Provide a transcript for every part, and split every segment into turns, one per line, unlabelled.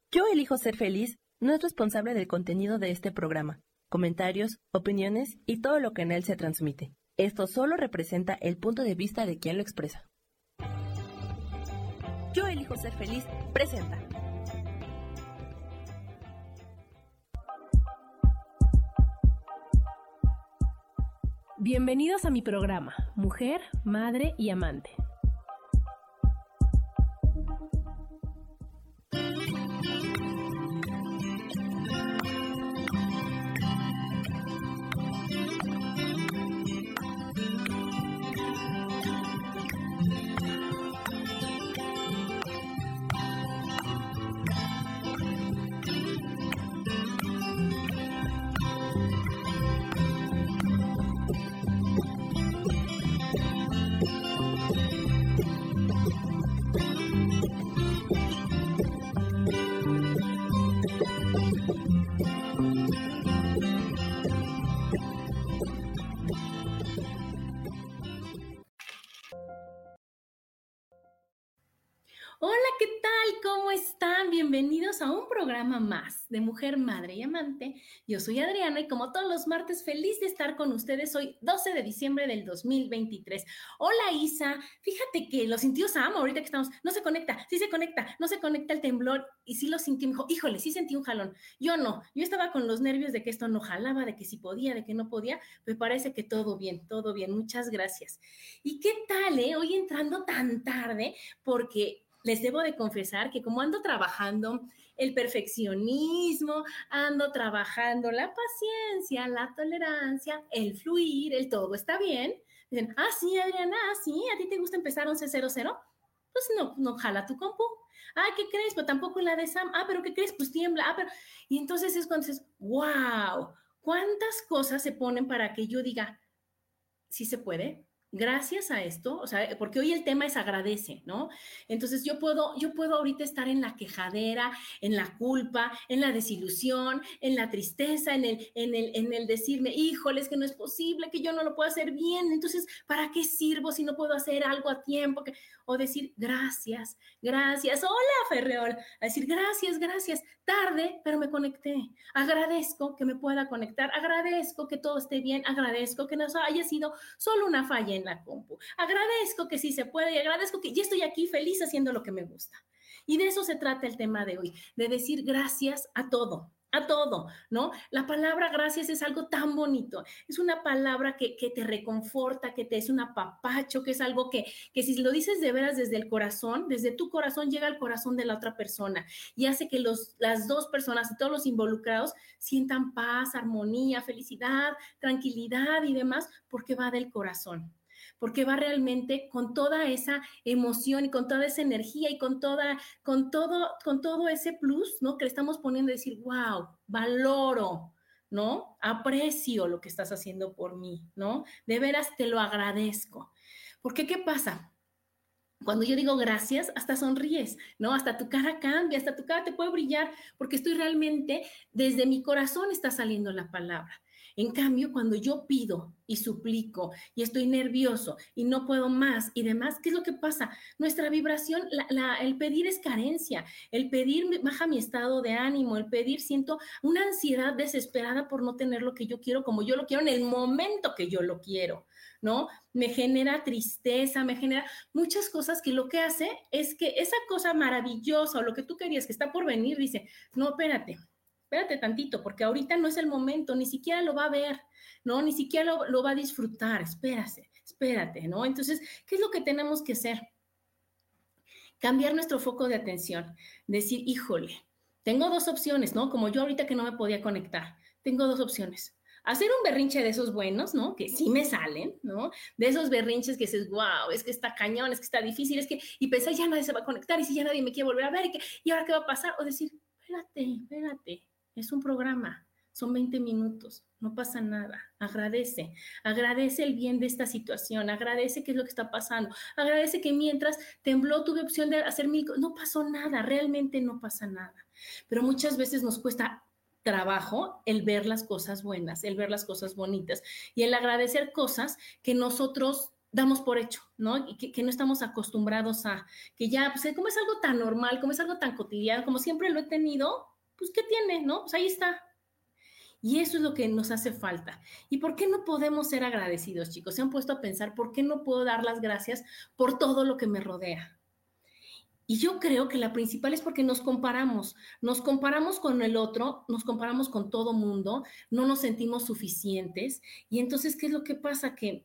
Yo elijo ser feliz no es responsable del contenido de este programa, comentarios, opiniones y todo lo que en él se transmite. Esto solo representa el punto de vista de quien lo expresa. Yo elijo ser feliz presenta.
Bienvenidos a mi programa, Mujer, Madre y Amante. Hola, ¿qué tal? ¿Cómo están? Bienvenidos a un programa más de Mujer, Madre y Amante. Yo soy Adriana y como todos los martes, feliz de estar con ustedes hoy, 12 de diciembre del 2023. Hola, Isa. Fíjate que lo sintió Sam ahorita que estamos. No se conecta, sí se conecta, no se conecta el temblor y sí lo sentí. Me dijo, híjole, sí sentí un jalón. Yo no, yo estaba con los nervios de que esto no jalaba, de que sí podía, de que no podía. Me parece que todo bien, todo bien. Muchas gracias. ¿Y qué tal, hoy entrando tan tarde? Porque les debo de confesar que como ando trabajando el perfeccionismo, ando trabajando la paciencia, la tolerancia, el fluir, el todo está bien. Dicen, sí, Adriana, sí, ¿a ti te gusta empezar 11:00? Pues no jala tu compu. ¿Qué crees? Pues tampoco la de Sam. ¿Pero qué crees? Pues tiembla. Pero... Y entonces es cuando dices, wow, ¿cuántas cosas se ponen para que yo diga, sí se puede? Gracias a esto, o sea, porque hoy el tema es agradece, ¿no? Entonces yo puedo ahorita estar en la quejadera, en la culpa, en la desilusión, en la tristeza, en el decirme, híjole, es que no es posible, que yo no lo puedo hacer bien, entonces, ¿para qué sirvo si no puedo hacer algo a tiempo? O decir, gracias, gracias, hola Ferreol, a decir, gracias, tarde, pero me conecté, agradezco que me pueda conectar, agradezco que todo esté bien, agradezco que no haya sido solo una falla en la compu. Agradezco que sí se puede y agradezco que ya estoy aquí feliz haciendo lo que me gusta. Y de eso se trata el tema de hoy, de decir gracias a todo, ¿no? La palabra gracias es algo tan bonito, es una palabra que te reconforta, que te es un apapacho, que es algo que si lo dices de veras desde el corazón, desde tu corazón llega al corazón de la otra persona y hace que las dos personas y todos los involucrados sientan paz, armonía, felicidad, tranquilidad y demás, porque va del corazón, porque va realmente con toda esa emoción y con toda esa energía y con todo ese plus, ¿no? Que le estamos poniendo a decir, wow, valoro, ¿no? Aprecio lo que estás haciendo por mí, ¿no? De veras te lo agradezco. Porque, ¿qué pasa? Cuando yo digo gracias, hasta sonríes, ¿no? Hasta tu cara cambia, hasta tu cara te puede brillar, porque estoy realmente, desde mi corazón está saliendo la palabra. En cambio, cuando yo pido y suplico y estoy nervioso y no puedo más y demás, ¿qué es lo que pasa? Nuestra vibración, el pedir es carencia, el pedir baja mi estado de ánimo, el pedir siento una ansiedad desesperada por no tener lo que yo quiero como yo lo quiero en el momento que yo lo quiero, ¿no? Me genera tristeza, me genera muchas cosas que lo que hace es que esa cosa maravillosa o lo que tú querías que está por venir, dice, no, espérate tantito, porque ahorita no es el momento, ni siquiera lo va a ver, ¿no? Ni siquiera lo va a disfrutar, espérate, ¿no? Entonces, ¿qué es lo que tenemos que hacer? Cambiar nuestro foco de atención, decir, híjole, tengo dos opciones, ¿no? Como yo ahorita que no me podía conectar, tengo dos opciones. Hacer un berrinche de esos buenos, ¿no? Que sí me salen, ¿no? De esos berrinches que dices, wow, es que está cañón, es que está difícil, y pensar, ya nadie se va a conectar, y si ya nadie me quiere volver a ver, ¿y ahora qué va a pasar? O decir, espérate, es un programa, son 20 minutos, no pasa nada, agradece el bien de esta situación, agradece qué es lo que está pasando, agradece que mientras tembló tuve opción de hacer no pasó nada, realmente no pasa nada, pero muchas veces nos cuesta trabajo el ver las cosas buenas, el ver las cosas bonitas y el agradecer cosas que nosotros damos por hecho, ¿no? Y que no estamos acostumbrados a, que ya, pues como es algo tan normal, como es algo tan cotidiano, como siempre lo he tenido, pues ¿qué tiene, no? Pues ahí está. Y eso es lo que nos hace falta. ¿Y por qué no podemos ser agradecidos, chicos? ¿Se han puesto a pensar por qué no puedo dar las gracias por todo lo que me rodea? Y yo creo que la principal es porque nos comparamos con el otro, nos comparamos con todo mundo, no nos sentimos suficientes. Y entonces, ¿qué es lo que pasa? Que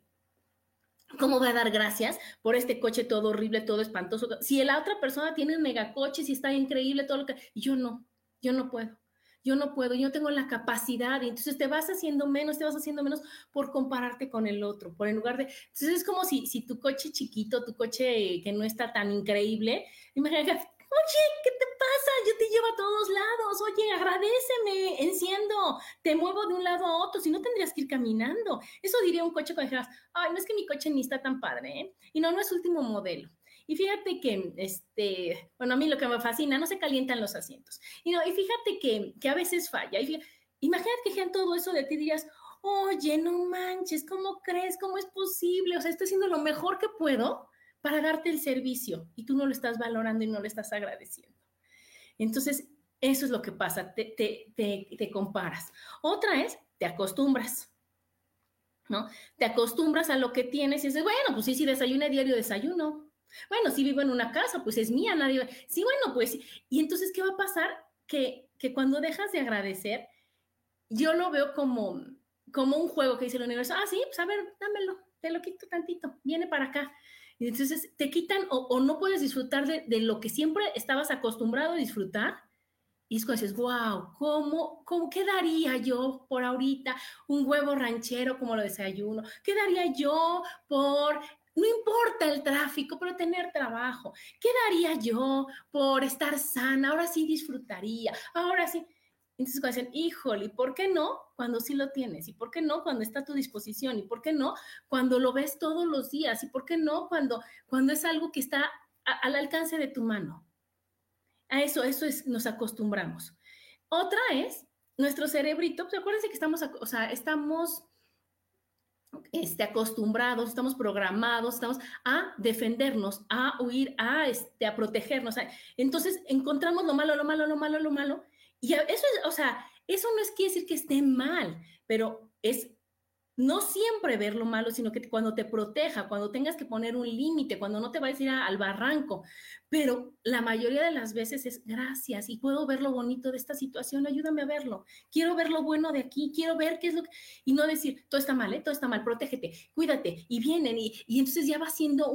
¿cómo va a dar gracias por este coche todo horrible, todo espantoso? Si la otra persona tiene un megacoche, si está increíble todo lo que... Yo no puedo. Yo no puedo, yo no tengo la capacidad. Y entonces te vas haciendo menos por compararte con el otro, por en lugar de... Entonces es como si tu coche chiquito, tu coche que no está tan increíble, imagínate, oye, ¿qué te pasa? Yo te llevo a todos lados, oye, agradéceme, enciendo, te muevo de un lado a otro, si no tendrías que ir caminando. Eso diría un coche cuando dijeras, ay, no es que mi coche ni está tan padre, ¿eh? Y no, no es último modelo. Y fíjate que, bueno, a mí lo que me fascina, no se calientan los asientos. Y fíjate que a veces falla. Imagínate que dijeran todo eso de ti, dirías, oye, no manches, ¿cómo crees? ¿Cómo es posible? O sea, estoy haciendo lo mejor que puedo para darte el servicio y tú no lo estás valorando y no lo estás agradeciendo. Entonces, eso es lo que pasa, te comparas. Otra es, te acostumbras, ¿no? Te acostumbras a lo que tienes y dices, bueno, pues sí, si desayuno diario, desayuno. Bueno, si vivo en una casa, pues es mía, nadie... Sí, bueno, pues... Y entonces, ¿qué va a pasar? Que cuando dejas de agradecer, yo lo veo como un juego que dice el universo, sí, pues a ver, dámelo, te lo quito tantito, viene para acá. Y entonces te quitan o no puedes disfrutar de lo que siempre estabas acostumbrado a disfrutar. Y es cuando dices, wow, ¿cómo qué daría yo por ahorita un huevo ranchero como lo desayuno? ¿Qué daría yo por, no importa el tráfico, pero tener trabajo? ¿Qué daría yo por estar sana? Ahora sí disfrutaría, ahora sí. Entonces cuando dicen, híjole, ¿y por qué no cuando sí lo tienes? ¿Y por qué no cuando está a tu disposición? ¿Y por qué no cuando lo ves todos los días? ¿Y por qué no cuando es algo que está al alcance de tu mano? A eso es, nos acostumbramos. Otra es nuestro cerebrito, pues acuérdense que estamos acostumbrados, estamos programados, estamos a defendernos, a huir, a protegernos. Entonces encontramos lo malo, lo malo, lo malo, lo malo. Y eso es, eso no es quiere decir que esté mal, pero es no siempre ver lo malo, sino que cuando te proteja, cuando tengas que poner un límite, cuando no te vayas a ir al barranco. Pero la mayoría de las veces es gracias y puedo ver lo bonito de esta situación, ayúdame a verlo. Quiero ver lo bueno de aquí, quiero ver qué es lo que... Y no decir, todo está mal, todo está mal, protégete, cuídate. Y vienen y entonces ya va siendo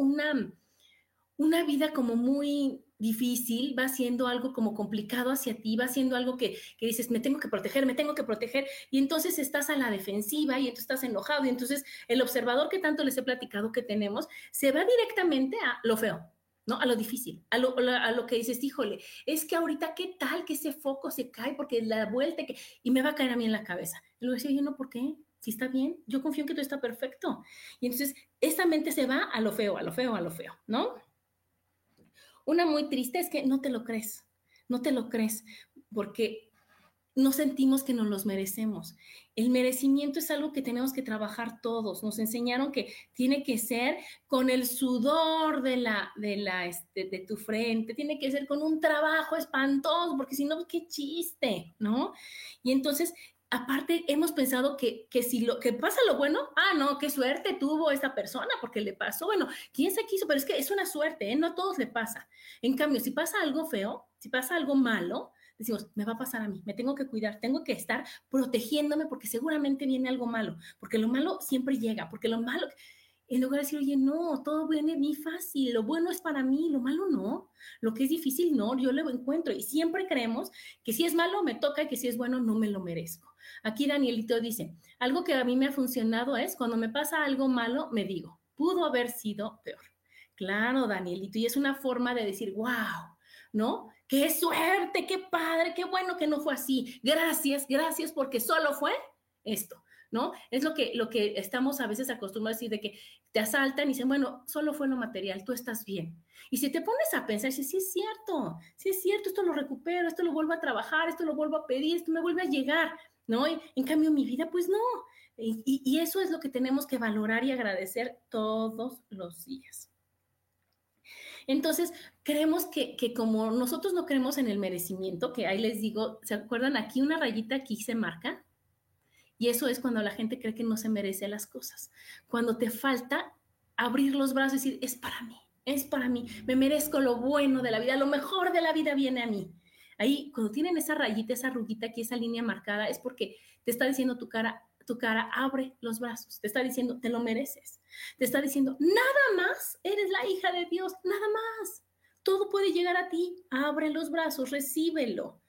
una vida como muy difícil, va siendo algo como complicado hacia ti, va siendo algo que dices, me tengo que proteger, y entonces estás a la defensiva y entonces estás enojado, y entonces el observador que tanto les he platicado que tenemos, se va directamente a lo feo, ¿no? A lo difícil, a lo que dices, híjole, es que ahorita qué tal que ese foco se cae porque la vuelta y me va a caer a mí en la cabeza. Y luego decía, oye, no, ¿por qué? Si está bien, yo confío en que todo está perfecto. Y entonces esta mente se va a lo feo, a lo feo, a lo feo, ¿no? Una muy triste es que no te lo crees, no te lo crees, porque no sentimos que nos los merecemos. El merecimiento es algo que tenemos que trabajar todos. Nos enseñaron que tiene que ser con el sudor de tu frente, tiene que ser con un trabajo espantoso, porque si no, qué chiste, ¿no? Y entonces aparte hemos pensado que si lo que pasa lo bueno, no, qué suerte tuvo esta persona porque le pasó, bueno, quién se quiso, pero es que es una suerte, ¿eh? No a todos le pasa. En cambio, si pasa algo feo, si pasa algo malo, decimos, me va a pasar a mí, me tengo que cuidar, tengo que estar protegiéndome porque seguramente viene algo malo, porque lo malo siempre llega, porque lo malo, en lugar de decir, oye, no, todo viene muy fácil, lo bueno es para mí, lo malo no, lo que es difícil no, yo lo encuentro y siempre creemos que si es malo me toca y que si es bueno no me lo merezco. Aquí Danielito dice, algo que a mí me ha funcionado es cuando me pasa algo malo, me digo, pudo haber sido peor. Claro, Danielito, y es una forma de decir, wow, ¿no? ¡Qué suerte! ¡Qué padre! ¡Qué bueno que no fue así! Gracias, gracias, porque solo fue esto, ¿no? Es lo que estamos a veces acostumbrados a decir de que te asaltan y dicen, bueno, solo fue lo material, tú estás bien. Y si te pones a pensar, sí es cierto, esto lo recupero, esto lo vuelvo a trabajar, esto lo vuelvo a pedir, esto me vuelve a llegar, ¿no? Y en cambio mi vida, pues no, Y eso es lo que tenemos que valorar y agradecer todos los días. Entonces, creemos que como nosotros no creemos en el merecimiento, que ahí les digo, ¿se acuerdan? Aquí una rayita aquí se marca, y eso es cuando la gente cree que no se merece las cosas. Cuando te falta abrir los brazos y decir, es para mí, me merezco lo bueno de la vida, lo mejor de la vida viene a mí. Ahí, cuando tienen esa rayita, esa arruguita aquí, esa línea marcada, es porque te está diciendo tu cara, abre los brazos, te está diciendo, te lo mereces, te está diciendo, nada más, eres la hija de Dios, nada más, todo puede llegar a ti, abre los brazos, recíbelo.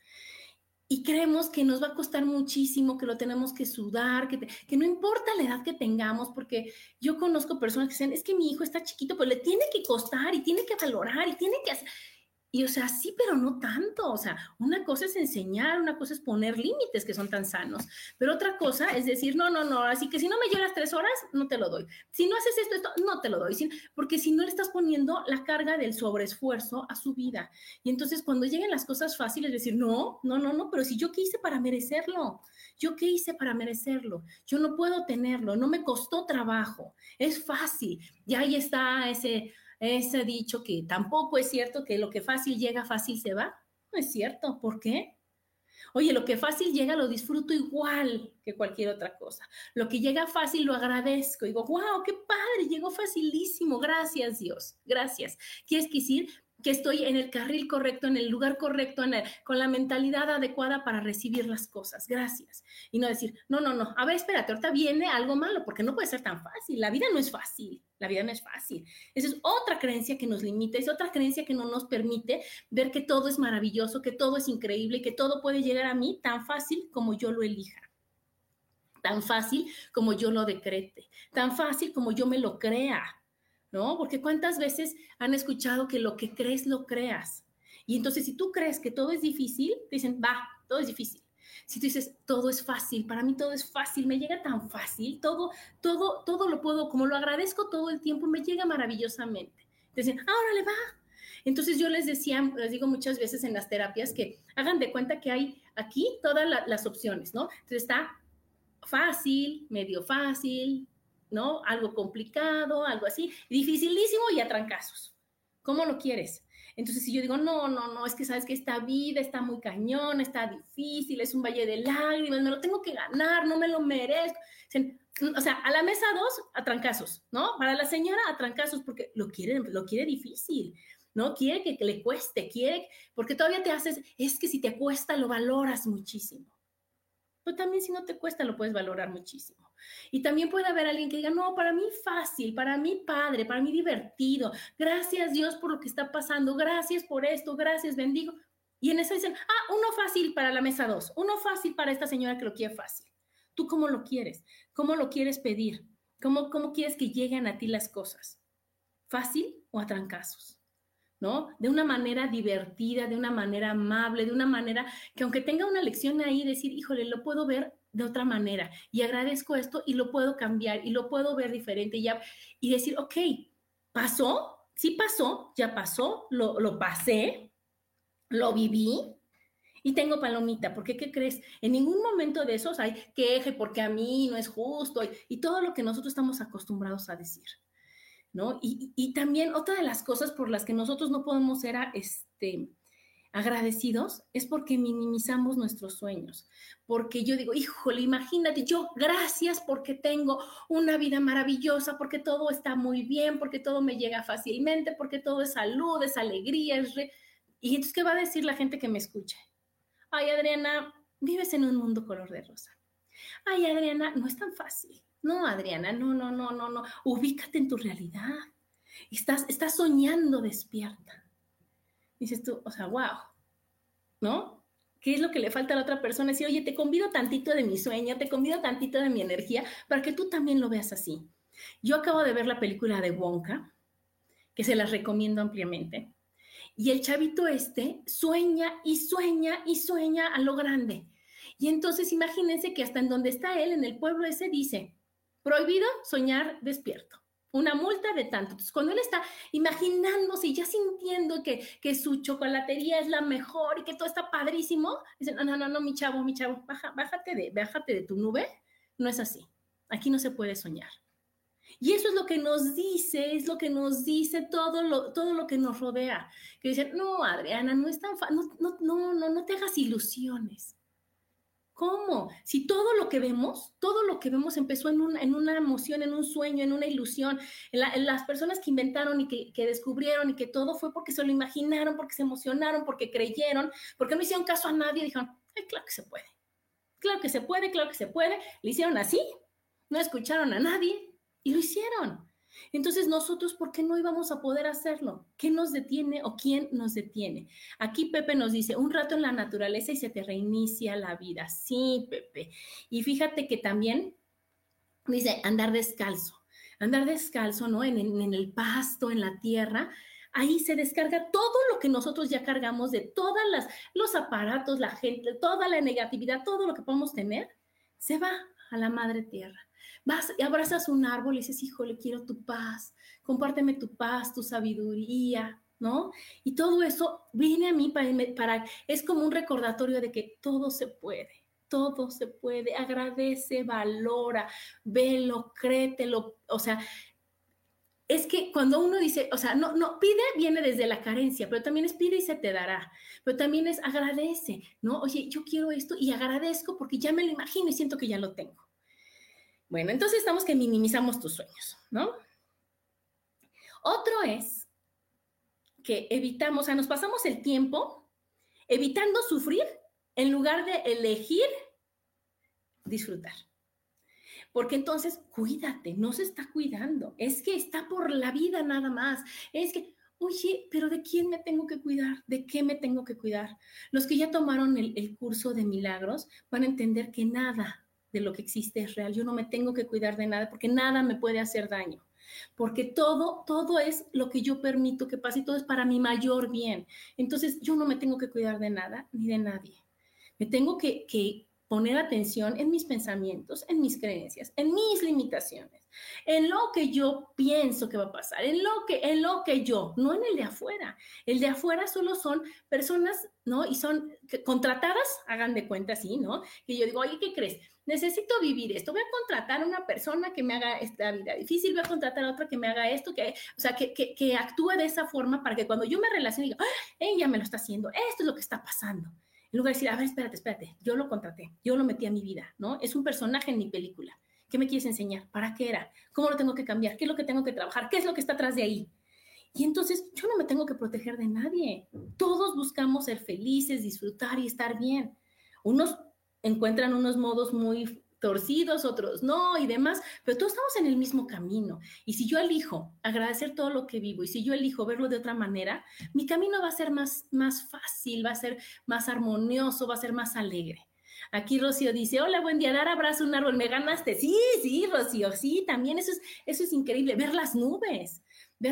Y creemos que nos va a costar muchísimo, que lo tenemos que sudar, que no importa la edad que tengamos, porque yo conozco personas que dicen, es que mi hijo está chiquito, pero le tiene que costar y tiene que valorar y tiene que hacer. Y o sea, sí, pero no tanto. O sea, una cosa es enseñar, una cosa es poner límites que son tan sanos, pero otra cosa es decir, no, así que si no me llegas 3 horas, no te lo doy. Si no haces esto, no te lo doy. Porque si no le estás poniendo la carga del sobreesfuerzo a su vida. Y entonces cuando lleguen las cosas fáciles, decir, no, pero si yo qué hice para merecerlo, yo qué hice para merecerlo, yo no puedo tenerlo, no me costó trabajo, es fácil. Y ahí está ese dicho que tampoco es cierto, que lo que fácil llega, fácil se va. No es cierto. ¿Por qué? Oye, lo que fácil llega lo disfruto igual que cualquier otra cosa. Lo que llega fácil lo agradezco. Digo, wow, qué padre, llegó facilísimo. Gracias, Dios. Gracias. ¿Quieres decir? Que estoy en el carril correcto, en el lugar correcto, con la mentalidad adecuada para recibir las cosas. Gracias. Y no decir, no. A ver, espérate, ahorita viene algo malo, porque no puede ser tan fácil. La vida no es fácil. La vida no es fácil. Esa es otra creencia que nos limita, es otra creencia que no nos permite ver que todo es maravilloso, que todo es increíble y que todo puede llegar a mí tan fácil como yo lo elija. Tan fácil como yo lo decrete. Tan fácil como yo me lo crea. ¿No? Porque cuántas veces han escuchado que lo que crees lo creas. Y entonces si tú crees que todo es difícil, te dicen, todo es difícil. Si tú dices, todo es fácil, para mí todo es fácil, me llega tan fácil, todo lo puedo, como lo agradezco todo el tiempo, me llega maravillosamente. Te dicen, órale, va. Entonces yo les digo muchas veces en las terapias que hagan de cuenta que hay aquí todas las opciones, ¿no? Entonces está fácil, medio fácil, ¿no? Algo complicado, algo así, dificilísimo y a trancazos. ¿Cómo lo quieres? Entonces, si yo digo, no, es que sabes que esta vida está muy cañón, está difícil, es un valle de lágrimas, me lo tengo que ganar, no me lo merezco. O sea, a la mesa 2, a trancazos, ¿no? Para la señora, a trancazos, porque lo quiere difícil, ¿no? Quiere que le cueste, porque todavía te haces, es que si te cuesta, lo valoras muchísimo. Pero también si no te cuesta, lo puedes valorar muchísimo. Y también puede haber alguien que diga, no, para mí fácil, para mí padre, para mí divertido. Gracias Dios por lo que está pasando, gracias por esto, gracias, bendigo. Y en eso dicen, uno fácil para la mesa 2, uno fácil para esta señora que lo quiere fácil. ¿Tú cómo lo quieres? ¿Cómo lo quieres pedir? ¿Cómo quieres que lleguen a ti las cosas? ¿Fácil o a trancazos? ¿No? De una manera divertida, de una manera amable, de una manera que aunque tenga una lección ahí, decir, híjole, lo puedo ver de otra manera y agradezco esto y lo puedo cambiar y lo puedo ver diferente y decir, ok, pasó, sí pasó, ya pasó, lo pasé, lo viví y tengo palomita, porque ¿qué crees? En ningún momento de esos hay queje porque a mí no es justo y todo lo que nosotros estamos acostumbrados a decir. ¿No? Y también otra de las cosas por las que nosotros no podemos ser agradecidos es porque minimizamos nuestros sueños. Porque yo digo, híjole, imagínate, yo gracias porque tengo una vida maravillosa, porque todo está muy bien, porque todo me llega fácilmente, porque todo es salud, es alegría, Y entonces, ¿qué va a decir la gente que me escuche? Ay, Adriana, vives en un mundo color de rosa. Ay, Adriana, no es tan fácil. No, Adriana, no. Ubícate en tu realidad. Estás soñando despierta. Dices tú, o sea, wow, ¿no? ¿Qué es lo que le falta a la otra persona? Decir, oye, te convido tantito de mi sueño, te convido tantito de mi energía para que tú también lo veas así. Yo acabo de ver la película de Wonka, que se las recomiendo ampliamente. Y el chavito sueña y sueña y sueña a lo grande. Y entonces imagínense que hasta en donde está él, en el pueblo ese, dice, prohibido soñar despierto. Una multa de tanto. Entonces, cuando él está imaginándose y ya sintiendo que su chocolatería es la mejor y que todo está padrísimo, dicen, no, mi chavo, bájate de tu nube. No es así. aquí no se puede soñar. Y eso es lo que nos dice, es lo que nos dice todo lo que nos rodea. Que dicen, no, Adriana, no es tan fácil, no te hagas ilusiones. ¿Cómo? Si todo lo que vemos empezó en una emoción, en un sueño, en una ilusión. Las personas que inventaron y que descubrieron y que todo fue porque se lo imaginaron, porque se emocionaron, porque creyeron, porque no hicieron caso a nadie, dijeron, ay, claro que se puede. Claro que se puede, claro que se puede. Le hicieron así, no escucharon a nadie y lo hicieron. Entonces nosotros, ¿por qué no íbamos a poder hacerlo? ¿Qué nos detiene o quién nos detiene? Aquí Pepe nos dice, un rato en la naturaleza y se te reinicia la vida. Sí, Pepe. Y fíjate que también dice andar descalzo, ¿no? En el pasto, en la tierra. Ahí se descarga todo lo que nosotros ya cargamos de los aparatos, la gente, toda la negatividad, todo lo que podemos tener, se va a la madre tierra. Vas y abrazas un árbol y dices, híjole, quiero tu paz, compárteme tu paz, tu sabiduría, ¿no? Y todo eso viene a mí es como un recordatorio de que todo se puede, agradece, valora, velo, créetelo, o sea, es que cuando uno dice, o sea, no, pide viene desde la carencia, pero también es pide y se te dará, pero también es agradece, ¿no? Oye, yo quiero esto y agradezco porque ya me lo imagino y siento que ya lo tengo. Bueno, entonces estamos que minimizamos tus sueños, ¿no? Otro es que evitamos, o sea, nos pasamos el tiempo evitando sufrir en lugar de elegir disfrutar. Porque entonces, cuídate, no se está cuidando. Es que está por la vida nada más. Es que, oye, pero ¿de quién me tengo que cuidar? ¿De qué me tengo que cuidar? Los que ya tomaron el curso de milagros van a entender que nada de lo que existe es real. Yo no me tengo que cuidar de nada porque nada me puede hacer daño. Porque todo es lo que yo permito que pase y todo es para mi mayor bien. Entonces, yo no me tengo que cuidar de nada ni de nadie. Me tengo que poner atención en mis pensamientos, en mis creencias, en mis limitaciones, en lo que yo pienso que va a pasar, en lo que yo, no en el de afuera. El de afuera solo son personas, ¿no? Y son contratadas, hagan de cuenta así, ¿no? Que yo digo, oye, ¿qué crees? Necesito vivir esto, voy a contratar a una persona que me haga esta vida difícil, voy a contratar a otra que me haga esto, o sea, que actúe de esa forma para que cuando yo me relacione diga, ella me lo está haciendo, esto es lo que está pasando. En lugar de decir, a ver, espérate, yo lo contraté, yo lo metí a mi vida, ¿no? Es un personaje en mi película. ¿Qué me quieres enseñar? ¿Para qué era? ¿Cómo lo tengo que cambiar? ¿Qué es lo que tengo que trabajar? ¿Qué es lo que está atrás de ahí? Y entonces yo no me tengo que proteger de nadie. Todos buscamos ser felices, disfrutar y estar bien. Unos encuentran unos modos muy torcidos, otros no y demás, pero todos estamos en el mismo camino. Y si yo elijo agradecer todo lo que vivo y si yo elijo verlo de otra manera, mi camino va a ser más fácil, va a ser más armonioso, va a ser más alegre. Aquí Rocío dice, hola, buen día, dar abrazo a un árbol, me ganaste. Sí, Rocío, sí, también eso es increíble, ver las nubes,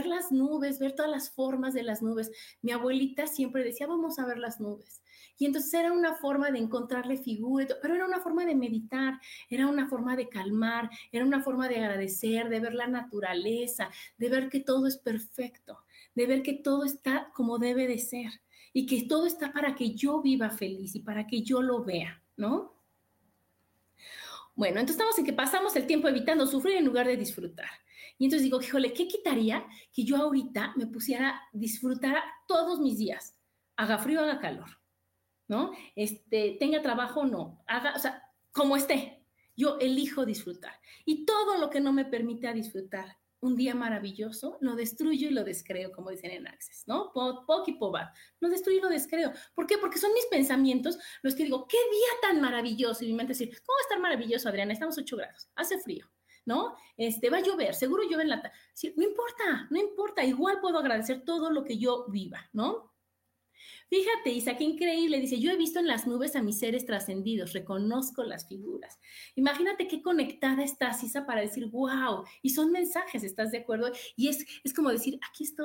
ver todas las formas de las nubes. Mi abuelita siempre decía, vamos a ver las nubes. Y entonces era una forma de encontrarle figura, pero era una forma de meditar, era una forma de calmar, era una forma de agradecer, de ver la naturaleza, de ver que todo es perfecto, de ver que todo está como debe de ser y que todo está para que yo viva feliz y para que yo lo vea, ¿no? Bueno, entonces estamos en que pasamos el tiempo evitando sufrir en lugar de disfrutar. Y entonces digo, híjole, ¿qué quitaría que yo ahorita me pusiera a disfrutar todos mis días? Haga frío, haga calor, ¿no? Tenga trabajo o no, o sea, como esté, yo elijo disfrutar. Y todo lo que no me permita disfrutar un día maravilloso, lo destruyo y lo descreo, como dicen en Access, ¿no? Poc y pobat. Lo destruyo y lo descreo. ¿Por qué? Porque son mis pensamientos los que digo, ¿qué día tan maravilloso? Y mi mente dice, ¿cómo va a estar maravilloso, Adriana? Estamos 8 grados, hace frío, ¿no? Va a llover, seguro llueve en la tarde. Sí, no importa, igual puedo agradecer todo lo que yo viva, ¿no? Fíjate, Isa, qué increíble. Dice, yo he visto en las nubes a mis seres trascendidos, reconozco las figuras. Imagínate qué conectada estás, Isa, para decir, wow. Y son mensajes, ¿estás de acuerdo? Y es como decir,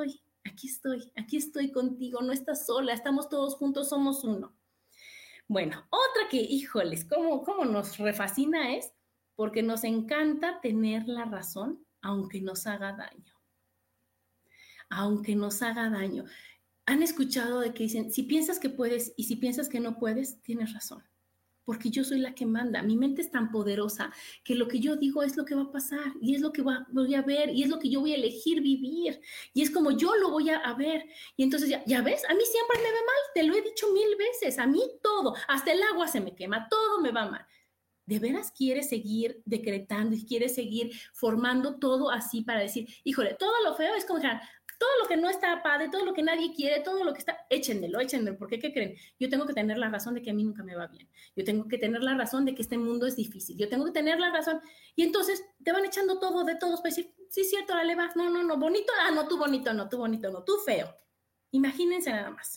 aquí estoy contigo, no estás sola, estamos todos juntos, somos uno. Bueno, otra que, híjoles, cómo nos refascina es porque nos encanta tener la razón, aunque nos haga daño. Aunque nos haga daño. ¿Han escuchado de que dicen, si piensas que puedes y si piensas que no puedes, tienes razón? porque yo soy la que manda. Mi mente es tan poderosa que lo que yo digo es lo que va a pasar y es lo que voy a ver y es lo que yo voy a elegir vivir y es como yo lo voy a ver. Y entonces ya ves, a mí siempre me ve mal, te lo he dicho 1000 veces, a mí todo, hasta el agua se me quema, todo me va mal. ¿De veras quieres seguir decretando y quieres seguir formando todo así para decir, híjole, todo lo feo es como que todo lo que no está padre, todo lo que nadie quiere, todo lo que está, échenmelo, porque ¿qué creen? Yo tengo que tener la razón de que a mí nunca me va bien. Yo tengo que tener la razón de que este mundo es difícil. Yo tengo que tener la razón. Y entonces te van echando todo de todos para decir, sí, cierto, dale, vas. No, bonito. Ah, no, tú bonito, no, tú feo. Imagínense nada más.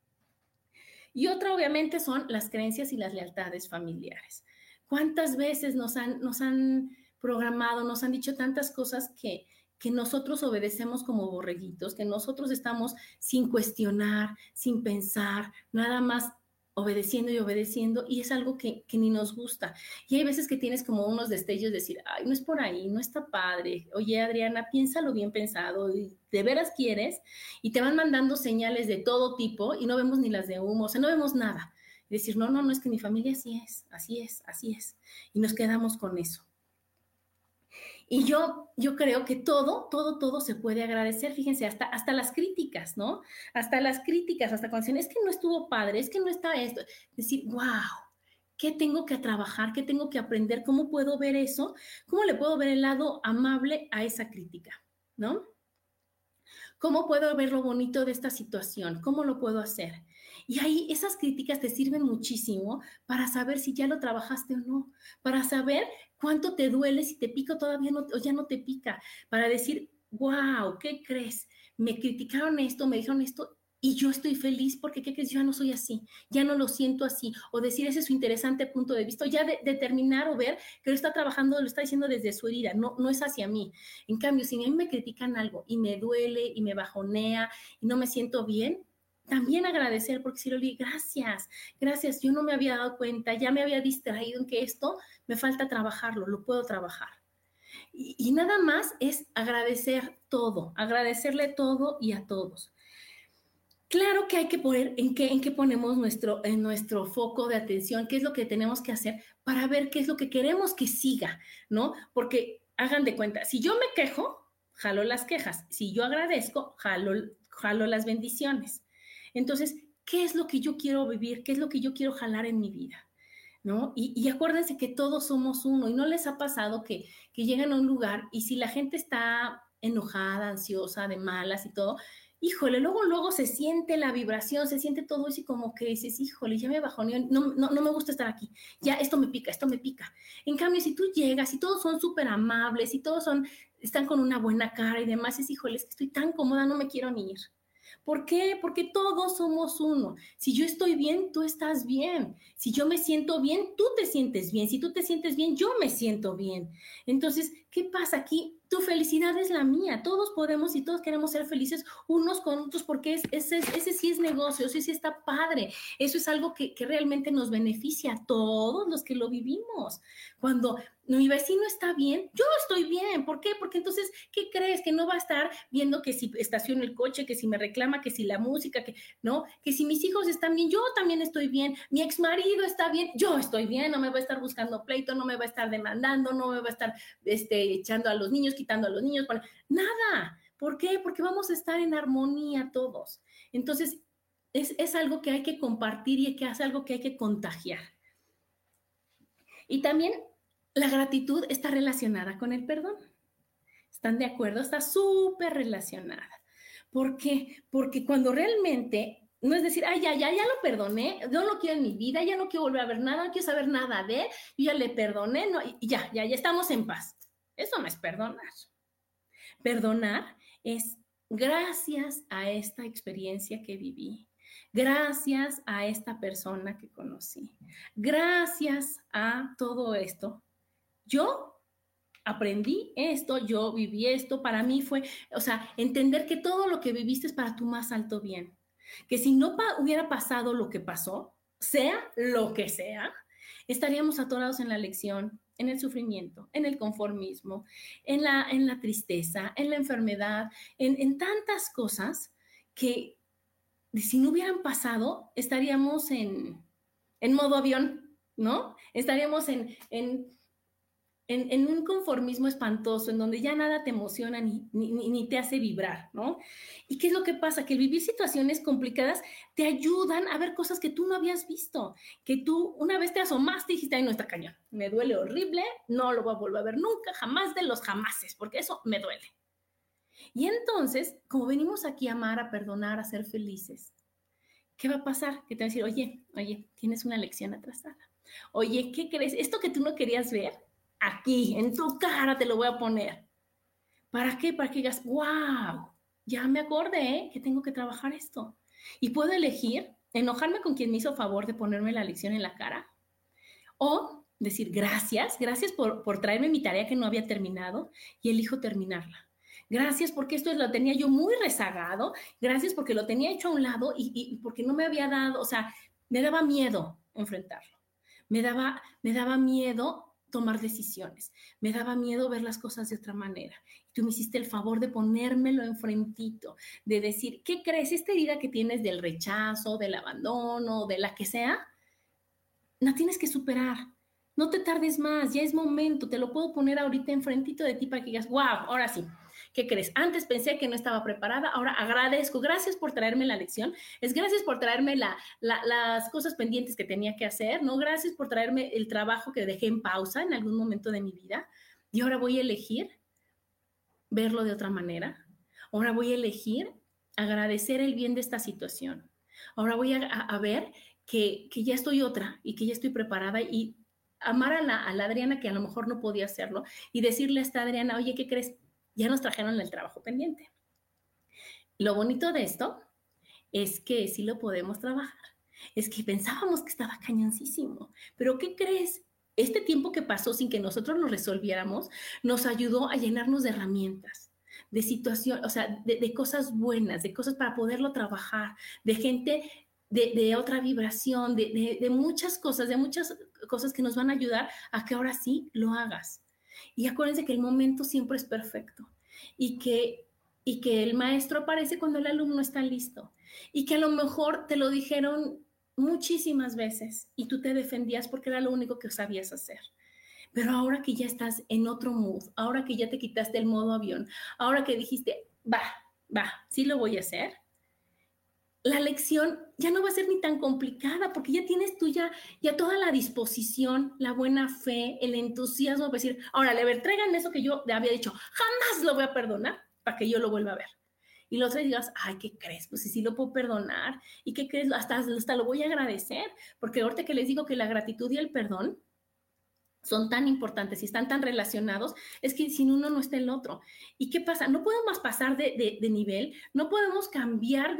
Y otra, obviamente, son las creencias y las lealtades familiares. ¿Cuántas veces nos han programado, nos han dicho tantas cosas que nosotros obedecemos como borreguitos, que nosotros estamos sin cuestionar, sin pensar, nada más obedeciendo, y es algo que ni nos gusta. Y hay veces que tienes como unos destellos de decir, ay, no es por ahí, no está padre. Oye, Adriana, piénsalo bien pensado, y ¿de veras quieres? Y te van mandando señales de todo tipo y no vemos ni las de humo, o sea, no vemos nada. Y decir, no, es que mi familia así es. Y nos quedamos con eso. Y yo creo que todo se puede agradecer. Fíjense, hasta las críticas, ¿no? Hasta las críticas, hasta cuando dicen, es que no estuvo padre, es que no está esto. Decir, wow, ¿qué tengo que trabajar? ¿Qué tengo que aprender? ¿Cómo puedo ver eso? ¿Cómo le puedo ver el lado amable a esa crítica? ¿No? ¿Cómo puedo ver lo bonito de esta situación? ¿Cómo lo puedo hacer? Y ahí esas críticas te sirven muchísimo para saber si ya lo trabajaste o no, para saber cuánto te duele, si te pica todavía no, o ya no te pica, para decir, wow, ¿qué crees? Me criticaron esto, me dijeron esto y yo estoy feliz porque, ¿qué crees? Yo ya no soy así, ya no lo siento así, o decir ese es su interesante punto de vista, o ya determinar o ver que lo está trabajando, lo está diciendo desde su herida, no es hacia mí. En cambio, si a mí me critican algo y me duele y me bajonea y no me siento bien, también agradecer, porque si lo digo, gracias, yo no me había dado cuenta, ya me había distraído en que esto me falta trabajarlo, lo puedo trabajar. Y nada más es agradecer todo, agradecerle todo y a todos. Claro que hay que poner en qué ponemos nuestro foco de atención, qué es lo que tenemos que hacer para ver qué es lo que queremos que siga, ¿no? Porque hagan de cuenta, si yo me quejo, jalo las quejas, si yo agradezco, jalo las bendiciones. Entonces, ¿qué es lo que yo quiero vivir? ¿Qué es lo que yo quiero jalar en mi vida? ¿No? Y acuérdense que todos somos uno y no les ha pasado que llegan a un lugar y si la gente está enojada, ansiosa, de malas y todo, híjole, luego se siente la vibración, se siente todo eso y como que dices, híjole, ya me bajoneó, no me gusta estar aquí, ya esto me pica. En cambio, si tú llegas y todos son súper amables y están con una buena cara y demás, es, híjole, es que estoy tan cómoda, no me quiero ni ir. ¿Por qué? Porque todos somos uno. Si yo estoy bien, tú estás bien. Si yo me siento bien, tú te sientes bien. Si tú te sientes bien, yo me siento bien. Entonces, ¿qué pasa aquí? Tu felicidad es la mía. Todos podemos y todos queremos ser felices unos con otros porque ese sí es negocio, ese sí está padre. Eso es algo que realmente nos beneficia a todos los que lo vivimos. Cuando mi vecino está bien, yo estoy bien. ¿Por qué? Porque entonces, ¿qué crees? Que no va a estar viendo que si estaciono el coche, que si me reclama, que si la música, ¿no? Que si mis hijos están bien, yo también estoy bien. Mi exmarido está bien, yo estoy bien. No me va a estar buscando pleito, no me va a estar demandando, no me va a estar echando a los niños, quitando a los niños. Nada. ¿Por qué? Porque vamos a estar en armonía todos. Entonces, es algo que hay que compartir y que es algo que hay que contagiar. Y también la gratitud está relacionada con el perdón. ¿Están de acuerdo? Está súper relacionada. ¿Por qué? Porque cuando realmente no es decir, ay, ya lo perdoné, no lo quiero en mi vida, ya no quiero volver a ver nada, no quiero saber nada de él, yo ya le perdoné, no, y ya estamos en paz. Eso no es perdonar. Perdonar es gracias a esta experiencia que viví, gracias a esta persona que conocí, gracias a todo esto, yo aprendí esto, yo viví esto, para mí fue, o sea, entender que todo lo que viviste es para tu más alto bien, que si no hubiera pasado lo que pasó, sea lo que sea, estaríamos atorados en la lección, en el sufrimiento, en el conformismo, en la tristeza, en la enfermedad, en tantas cosas que si no hubieran pasado, estaríamos en modo avión, ¿no? Estaríamos en un conformismo espantoso, en donde ya nada te emociona ni te hace vibrar, ¿no? ¿Y qué es lo que pasa? Que el vivir situaciones complicadas te ayudan a ver cosas que tú no habías visto, que tú una vez te asomaste y dijiste, ay, no, está cañón, me duele horrible, no lo voy a volver a ver nunca, jamás de los jamases, porque eso me duele. Y entonces, como venimos aquí a amar, a perdonar, a ser felices, ¿qué va a pasar? Que te va a decir, oye, tienes una lección atrasada. Oye, ¿qué crees? Esto que tú no querías ver, aquí, en tu cara te lo voy a poner. ¿Para qué? Para que digas, wow, ya me acordé que tengo que trabajar esto. Y puedo elegir enojarme con quien me hizo favor de ponerme la lección en la cara o decir gracias por traerme mi tarea que no había terminado y elijo terminarla. Gracias porque esto lo tenía yo muy rezagado, gracias porque lo tenía hecho a un lado y porque no me había dado, o sea, me daba miedo enfrentarlo, me daba miedo tomar decisiones, me daba miedo ver las cosas de otra manera. Y tú me hiciste el favor de ponérmelo enfrentito, de decir, ¿qué crees? Esta herida que tienes del rechazo, del abandono, de la que sea, la tienes que superar. No te tardes más, ya es momento, te lo puedo poner ahorita enfrentito de ti para que digas, wow, ahora sí. ¿Qué crees? Antes pensé que no estaba preparada, ahora agradezco, gracias por traerme la lección, es gracias por traerme las cosas pendientes que tenía que hacer, ¿no? Gracias por traerme el trabajo que dejé en pausa en algún momento de mi vida y ahora voy a elegir verlo de otra manera, ahora voy a elegir agradecer el bien de esta situación, ahora voy a ver que ya estoy otra y que ya estoy preparada y amar a la Adriana que a lo mejor no podía hacerlo y decirle a esta Adriana, oye, ¿qué crees? Ya nos trajeron el trabajo pendiente. Lo bonito de esto es que sí lo podemos trabajar. Es que pensábamos que estaba cañoncísimo, pero ¿qué crees? Este tiempo que pasó sin que nosotros lo resolviéramos nos ayudó a llenarnos de herramientas, de situación, o sea, de cosas buenas, de cosas para poderlo trabajar, de gente de otra vibración, de muchas cosas que nos van a ayudar a que ahora sí lo hagas. Y acuérdense que el momento siempre es perfecto y que el maestro aparece cuando el alumno está listo y que a lo mejor te lo dijeron muchísimas veces y tú te defendías porque era lo único que sabías hacer. Pero ahora que ya estás en otro mood, ahora que ya te quitaste el modo avión, ahora que dijiste, sí lo voy a hacer, la lección ya no va a ser ni tan complicada porque ya tienes tú ya toda la disposición, la buena fe, el entusiasmo para decir, ahora, a ver, tráiganme eso que yo le había dicho, jamás lo voy a perdonar para que yo lo vuelva a ver. Y los otros digas, ay, ¿qué crees? Pues sí lo puedo perdonar. ¿Y qué crees? Hasta lo voy a agradecer, porque ahorita que les digo que la gratitud y el perdón son tan importantes y están tan relacionados, es que sin uno no está el otro. ¿Y qué pasa? No podemos pasar de nivel, no podemos cambiar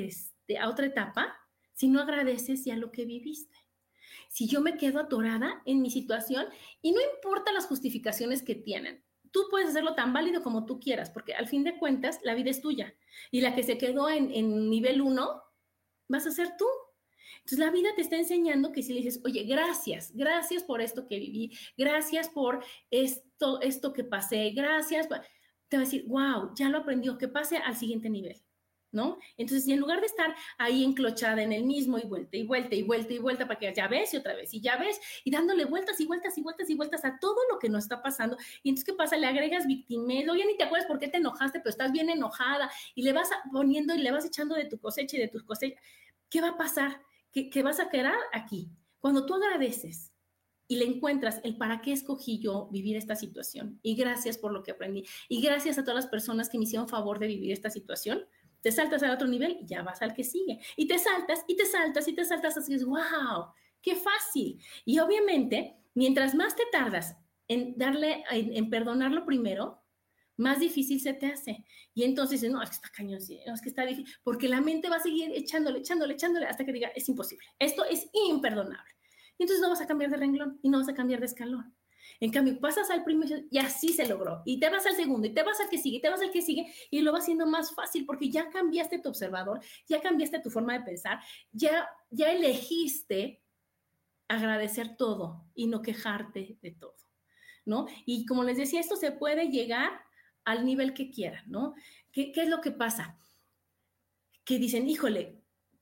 a otra etapa si no agradeces ya lo que viviste. Si yo me quedo atorada en mi situación y no importa las justificaciones que tienen, tú puedes hacerlo tan válido como tú quieras, porque al fin de cuentas la vida es tuya y la que se quedó en nivel 1 vas a ser tú. Entonces la vida te está enseñando que si le dices, oye, gracias por esto que viví, gracias por esto que pasé, gracias, te va a decir, wow, ya lo aprendió, que pase al siguiente nivel, ¿no? Entonces, y en lugar de estar ahí enclochada en el mismo y vuelta y vuelta y vuelta y vuelta para que ya ves y otra vez y ya ves y dándole vueltas y vueltas y vueltas y vueltas a todo lo que nos está pasando. Y entonces, ¿qué pasa? Le agregas victimez, oye, ni te acuerdas por qué te enojaste, pero estás bien enojada y le vas poniendo y le vas echando de tu cosecha y de tus cosechas. ¿Qué va a pasar? Que vas a quedar aquí. Cuando tú agradeces y le encuentras el para qué escogí yo vivir esta situación y gracias por lo que aprendí y gracias a todas las personas que me hicieron favor de vivir esta situación, te saltas al otro nivel y ya vas al que sigue. Y te saltas y te saltas y te saltas así, es wow, qué fácil. Y obviamente, mientras más te tardas en perdonarlo primero, más difícil se te hace. Y entonces, no, es que está cañón, sí, no, es que está difícil, porque la mente va a seguir echándole hasta que diga, es imposible, esto es imperdonable. Y entonces no vas a cambiar de renglón y no vas a cambiar de escalón. En cambio, pasas al primero y así se logró. Y te vas al segundo y te vas al que sigue y te vas al que sigue y lo vas haciendo más fácil porque ya cambiaste tu observador, ya cambiaste tu forma de pensar, ya elegiste agradecer todo y no quejarte de todo, ¿no? Y como les decía, esto se puede llegar al nivel que quieran, ¿no? ¿Qué es lo que pasa? Que dicen, híjole,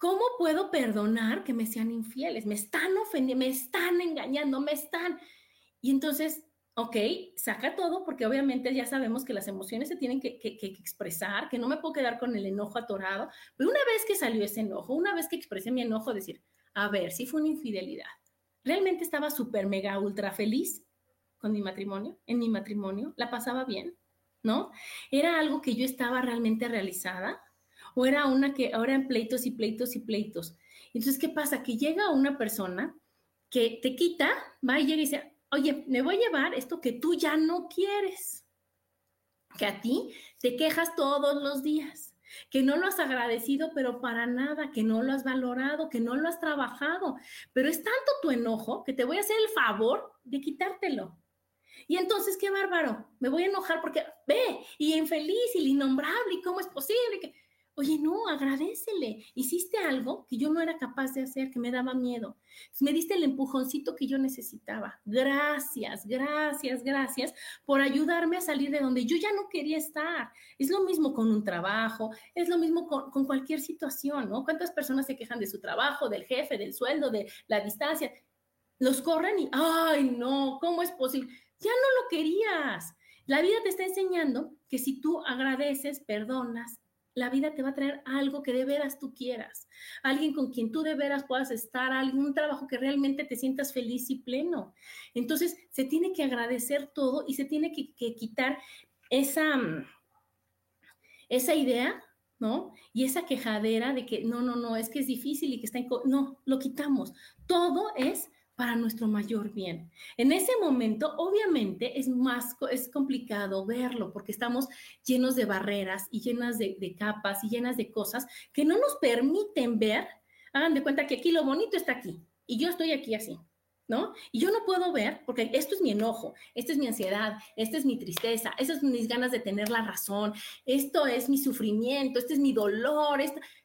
¿Cómo puedo perdonar que me sean infieles? Me están ofendiendo, me están engañando, me están... Y entonces, ok, saca todo, porque obviamente ya sabemos que las emociones se tienen que expresar, que no me puedo quedar con el enojo atorado, pero una vez que salió ese enojo, una vez que expresé mi enojo, decir, a ver, si fue una infidelidad. ¿Realmente estaba súper, mega, ultra feliz con mi matrimonio? En mi matrimonio, ¿la pasaba bien? ¿No? ¿Era algo que yo estaba realmente realizada? ¿O era una que ahora en pleitos y pleitos y pleitos? Entonces, ¿qué pasa? Que llega una persona que te quita, va y llega y dice, oye, me voy a llevar esto que tú ya no quieres, que a ti te quejas todos los días, que no lo has agradecido, pero para nada, que no lo has valorado, que no lo has trabajado, pero es tanto tu enojo que te voy a hacer el favor de quitártelo. Y entonces, qué bárbaro, me voy a enojar porque ve, y infeliz, y el innombrable, y cómo es posible que... Oye, no, agradécele. Hiciste algo que yo no era capaz de hacer, que me daba miedo. Me diste el empujoncito que yo necesitaba. Gracias, gracias, gracias por ayudarme a salir de donde yo ya no quería estar. Es lo mismo con un trabajo, es lo mismo con cualquier situación, ¿no? ¿Cuántas personas se quejan de su trabajo, del jefe, del sueldo, de la distancia? Los corren y, ay, no, ¿cómo es posible? Ya no lo querías. La vida te está enseñando que si tú agradeces, perdonas, la vida te va a traer algo que de veras tú quieras, alguien con quien tú de veras puedas estar, algún trabajo que realmente te sientas feliz y pleno. Entonces, se tiene que agradecer todo y se tiene que quitar esa, esa idea, ¿no? Y esa quejadera de que no, es que es difícil y que está... No, lo quitamos. Todo es para nuestro mayor bien. En ese momento, obviamente, es complicado verlo porque estamos llenos de barreras y llenas de capas y llenas de cosas que no nos permiten ver. Hagan de cuenta que aquí lo bonito está aquí y yo estoy aquí así, ¿no? Y yo no puedo ver, porque esto es mi enojo, esto es mi ansiedad, esta es mi tristeza, estas son mis ganas de tener la razón, esto es mi sufrimiento, este es mi dolor,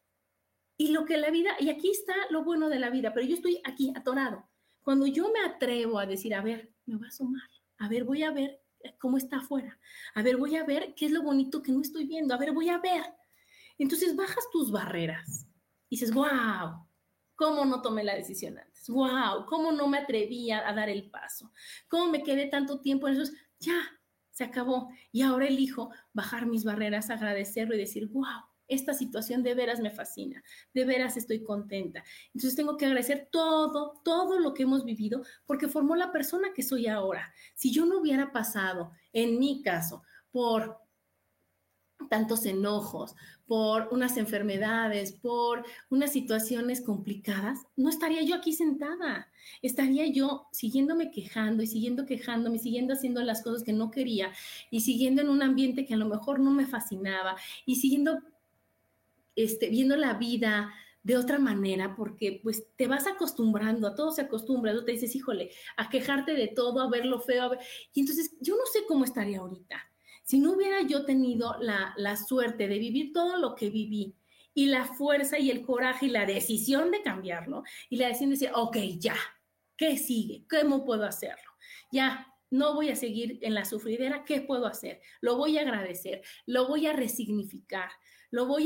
y lo que la vida, y aquí está lo bueno de la vida, pero yo estoy aquí atorado. Cuando yo me atrevo a decir, a ver, me voy a asomar, a ver, voy a ver cómo está afuera, a ver, voy a ver qué es lo bonito que no estoy viendo, a ver, voy a ver. Entonces bajas tus barreras y dices, wow, ¿cómo no tomé la decisión antes? ¡Wow! ¿Cómo no me atreví a dar el paso? ¿Cómo me quedé tanto tiempo en eso? Ya, se acabó. Y ahora elijo bajar mis barreras, agradecerlo y decir, ¡wow! Esta situación de veras me fascina, de veras estoy contenta. Entonces tengo que agradecer todo lo que hemos vivido porque formó la persona que soy ahora. Si yo no hubiera pasado, en mi caso, por tantos enojos, por unas enfermedades, por unas situaciones complicadas, no estaría yo aquí sentada. Estaría yo siguiéndome quejando y siguiendo quejándome, siguiendo haciendo las cosas que no quería y siguiendo en un ambiente que a lo mejor no me fascinaba y siguiendo viendo la vida de otra manera, porque pues te vas acostumbrando, a todo se acostumbra, tú te dices, híjole, a quejarte de todo, a ver lo feo, y entonces yo no sé cómo estaría ahorita. Si no hubiera yo tenido la suerte de vivir todo lo que viví y la fuerza y el coraje y la decisión de cambiarlo y la decisión de decir, ok, ya, ¿qué sigue? ¿Cómo puedo hacerlo? Ya, no voy a seguir en la sufridera, ¿qué puedo hacer? Lo voy a agradecer, lo voy a resignificar, lo voy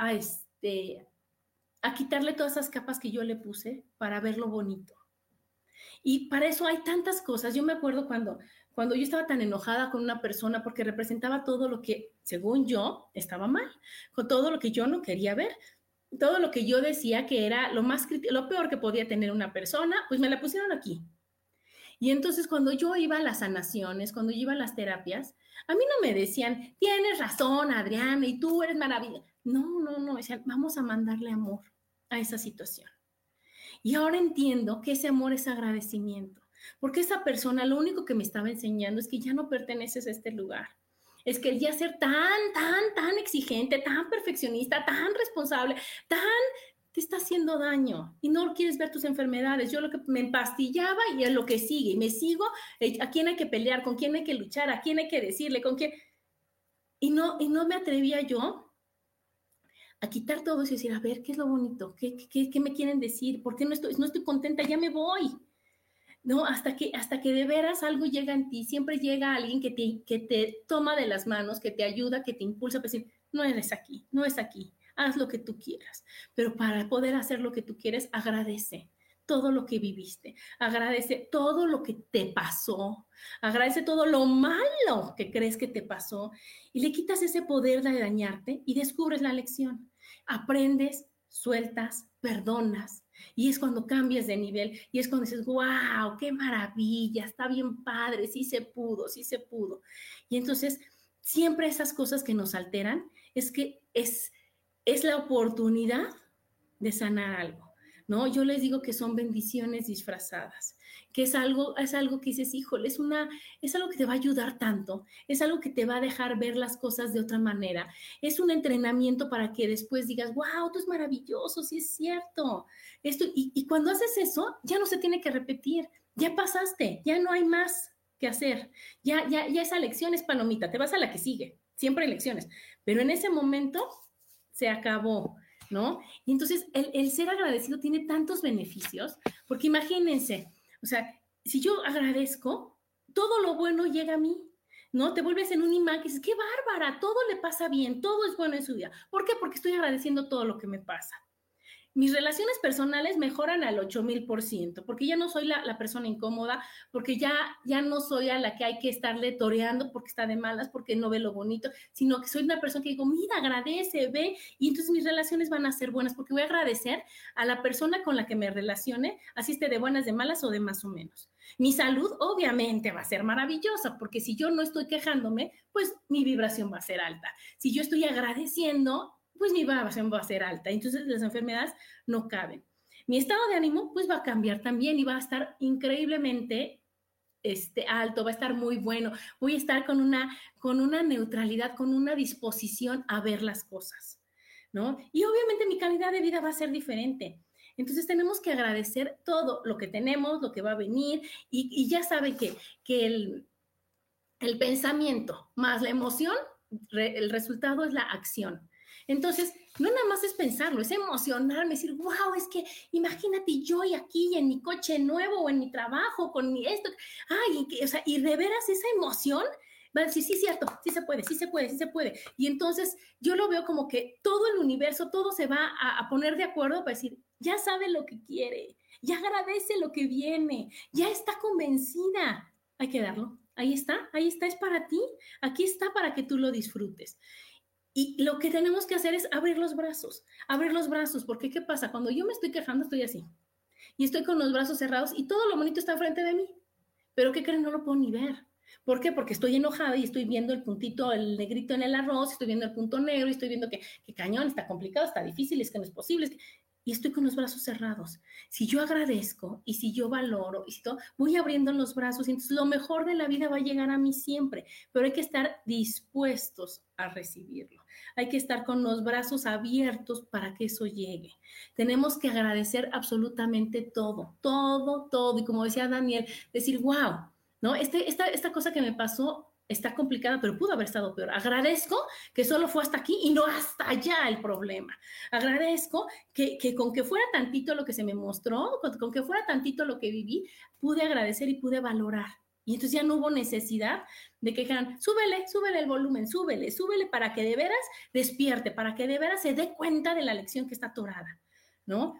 a quitarle todas esas capas que yo le puse para verlo bonito. Y para eso hay tantas cosas. Yo me acuerdo cuando yo estaba tan enojada con una persona porque representaba todo lo que, según yo, estaba mal, con todo lo que yo no quería ver, todo lo que yo decía que era lo peor que podía tener una persona, pues me la pusieron aquí. Y entonces cuando yo iba a las sanaciones, cuando yo iba a las terapias, a mí no me decían, tienes razón, Adriana, y tú eres maravillosa. No, decían, vamos a mandarle amor a esa situación. Y ahora entiendo que ese amor es agradecimiento, porque esa persona lo único que me estaba enseñando es que ya no perteneces a este lugar. Es que el ya ser tan exigente, tan perfeccionista, tan responsable, te está haciendo daño y no quieres ver tus enfermedades. Yo lo que me empastillaba y es lo que sigue y me sigo, a quién hay que pelear, con quién hay que luchar, a quién hay que decirle, con quién. Y no me atrevía yo a quitar todo eso y decir, a ver, ¿qué es lo bonito? ¿Qué me quieren decir? ¿Por qué no estoy contenta? Ya me voy. ¿No? Hasta que de veras algo llega en ti, siempre llega alguien que te toma de las manos, que te ayuda, que te impulsa para decir, no eres aquí, no es aquí. haz lo que tú quieras, pero para poder hacer lo que tú quieres, agradece todo lo que viviste, agradece todo lo que te pasó, agradece todo lo malo que crees que te pasó y le quitas ese poder de dañarte y descubres la lección. Aprendes, sueltas, perdonas. Y es cuando cambias de nivel y es cuando dices, wow, qué maravilla, está bien padre, sí se pudo, sí se pudo. Y entonces, siempre esas cosas que nos alteran es que es la oportunidad de sanar algo, ¿no? Yo les digo que son bendiciones disfrazadas, que es algo que dices, híjole, es algo que te va a ayudar tanto, es algo que te va a dejar ver las cosas de otra manera, es un entrenamiento para que después digas, wow, esto es maravilloso, sí es cierto, y cuando haces eso, ya no se tiene que repetir, ya pasaste, ya no hay más que hacer, ya esa lección es palomita, te vas a la que sigue, siempre hay lecciones, pero en ese momento se acabó, ¿no? Y entonces el ser agradecido tiene tantos beneficios, porque imagínense, o sea, si yo agradezco, todo lo bueno llega a mí, ¿no? Te vuelves en un imán que dices, qué bárbara, todo le pasa bien, todo es bueno en su vida. ¿Por qué? Porque estoy agradeciendo todo lo que me pasa. Mis relaciones personales mejoran al 8000%, porque ya no soy la persona incómoda, porque ya no soy a la que hay que estarle toreando porque está de malas, porque no ve lo bonito, sino que soy una persona que digo, mira, agradece, ve, y entonces mis relaciones van a ser buenas, porque voy a agradecer a la persona con la que me relacione, así esté de buenas, de malas o de más o menos. Mi salud obviamente va a ser maravillosa, porque si yo no estoy quejándome, pues mi vibración va a ser alta. Si yo estoy agradeciendo, pues mi vibración va a ser alta. Entonces las enfermedades no caben. Mi estado de ánimo pues va a cambiar también y va a estar increíblemente alto, va a estar muy bueno. Voy a estar con una neutralidad, con una disposición a ver las cosas, ¿no? Y obviamente mi calidad de vida va a ser diferente. Entonces tenemos que agradecer todo lo que tenemos, lo que va a venir y ya saben que el pensamiento más la emoción, el resultado es la acción. Entonces, no nada más es pensarlo, es emocionarme, decir, wow, es que imagínate yo y aquí y en mi coche nuevo o en mi trabajo con mi esto, ay, o sea, y de veras esa emoción va a decir, sí, cierto, sí se puede, sí se puede, sí se puede. Y entonces yo lo veo como que todo el universo, todo se va a poner de acuerdo para decir, ya sabe lo que quiere, ya agradece lo que viene, ya está convencida. Hay que darlo. Ahí está, es para ti. Aquí está para que tú lo disfrutes. Y lo que tenemos que hacer es abrir los brazos, porque ¿qué pasa? Cuando yo me estoy quejando, estoy así, y estoy con los brazos cerrados y todo lo bonito está enfrente de mí, pero ¿qué creen? No lo puedo ni ver. ¿Por qué? Porque estoy enojada y estoy viendo el puntito, el negrito en el arroz, estoy viendo el punto negro y estoy viendo que cañón, está complicado, está difícil, es que no es posible. Y estoy con los brazos cerrados. Si yo agradezco y si yo valoro y si todo, voy abriendo los brazos y entonces lo mejor de la vida va a llegar a mí siempre, pero hay que estar dispuestos a recibirlo. Hay que estar con los brazos abiertos para que eso llegue. Tenemos que agradecer absolutamente todo, todo, todo. Y como decía Daniel, decir, wow, ¿no? Esta cosa que me pasó está complicada, pero pudo haber estado peor. Agradezco que solo fue hasta aquí y no hasta allá el problema. Agradezco que con que fuera tantito lo que se me mostró, con que fuera tantito lo que viví, pude agradecer y pude valorar. Y entonces ya no hubo necesidad de que dijeran, súbele, súbele el volumen, súbele, súbele para que de veras despierte, para que de veras se dé cuenta de la lección que está atorada, ¿no?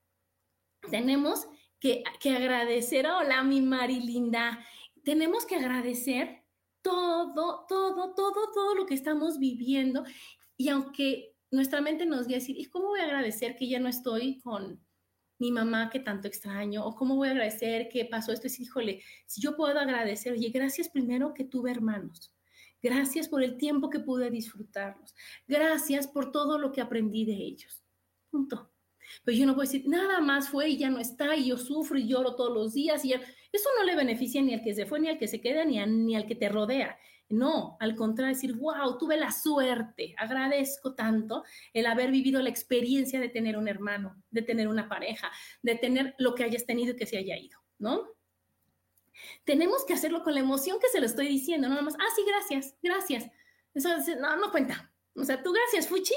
Tenemos que agradecer, hola mi Mari linda, tenemos que agradecer todo, todo, todo, todo lo que estamos viviendo y aunque nuestra mente nos guía a decir, ¿y cómo voy a agradecer que ya no estoy con mi mamá que tanto extraño? ¿O cómo voy a agradecer que pasó esto? Es, híjole, si yo puedo agradecer, oye, gracias primero que tuve hermanos. Gracias por el tiempo que pude disfrutarlos. Gracias por todo lo que aprendí de ellos. Punto. Pero yo no puedo decir, nada más fue y ya no está, y yo sufro y lloro todos los días, y ya... Eso no le beneficia ni al que se fue, ni al que se queda, ni al que te rodea. No, al contrario, decir, wow, tuve la suerte, agradezco tanto el haber vivido la experiencia de tener un hermano, de tener una pareja, de tener lo que hayas tenido y que se haya ido, ¿no? Tenemos que hacerlo con la emoción que se lo estoy diciendo, no nada más, sí, gracias, gracias. Eso no cuenta. O sea, tú gracias, fuchis.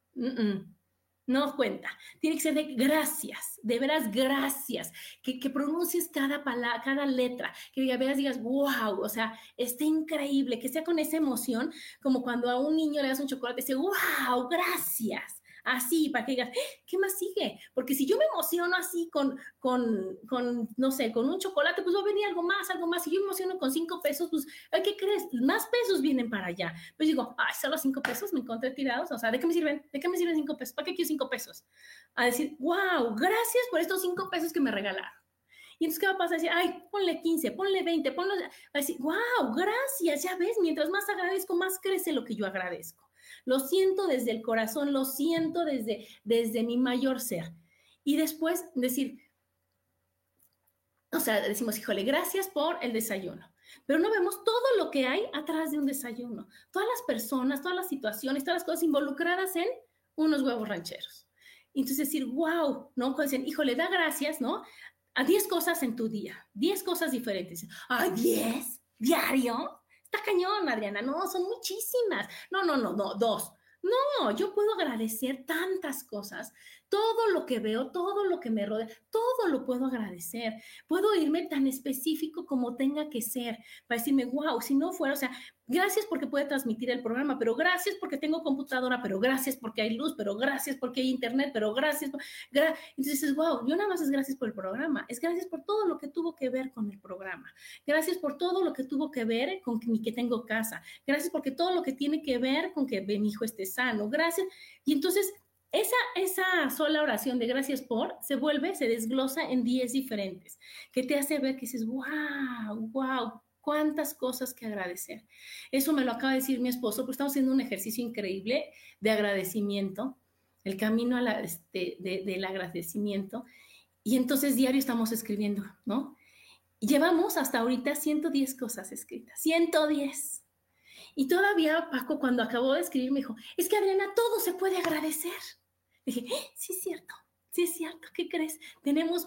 No cuenta. Tiene que ser de gracias, de veras gracias, que pronuncies cada palabra, cada letra, que digas, wow, o sea, está increíble, que sea con esa emoción, como cuando a un niño le das un chocolate, dice, wow, gracias. así, para que digas, ¿qué más sigue? Porque si yo me emociono así no sé, con un chocolate, pues va a venir algo más, algo más. Si yo me emociono con 5 pesos, pues, ¿qué crees? Más pesos vienen para allá. Pues digo, ay, solo 5 pesos me encontré tirados, o sea, ¿de qué me sirven? ¿De qué me sirven 5 pesos? ¿Para qué quiero 5 pesos? A decir, wow, gracias por estos 5 pesos que me regalaron. Y entonces, ¿qué va a pasar? Decir, ay, ponle 15, ponle 20, ponle... Va a decir, wow, gracias, ya ves, mientras más agradezco, más crece lo que yo agradezco. Lo siento desde el corazón, lo siento desde mi mayor ser. Y después decir, o sea, decimos, híjole, gracias por el desayuno. Pero no vemos todo lo que hay atrás de un desayuno. Todas las personas, todas las situaciones, todas las cosas involucradas en unos huevos rancheros. Y entonces decir, wow, ¿no? Cuando dicen, híjole, da gracias, ¿no? A 10 cosas en tu día, 10 cosas diferentes. ¡Ay, 10! ¿Diario? Está cañón, Adriana. No, son muchísimas. No, 2. No, yo puedo agradecer tantas cosas. Todo lo que veo, todo lo que me rodea, todo lo puedo agradecer. Puedo irme tan específico como tenga que ser para decirme, wow, si no fuera, o sea, gracias porque puede transmitir el programa, pero gracias porque tengo computadora, pero gracias porque hay luz, pero gracias porque hay internet, pero gracias. Entonces dices, wow, yo nada más es gracias por el programa, es gracias por todo lo que tuvo que ver con el programa, gracias por todo lo que tuvo que ver con que tengo casa, gracias porque todo lo que tiene que ver con que mi hijo esté sano, gracias. Y entonces esa sola oración de gracias por se desglosa en 10 diferentes, que te hace ver que dices, wow, cuántas cosas que agradecer. Eso me lo acaba de decir mi esposo, porque estamos haciendo un ejercicio increíble de agradecimiento, el camino del agradecimiento, y entonces diario estamos escribiendo, ¿no? Y llevamos hasta ahorita 110 cosas escritas, 110. Y todavía Paco, cuando acabó de escribir, me dijo, es que Adriana, todo se puede agradecer. Dije, sí es cierto, ¿qué crees? Tenemos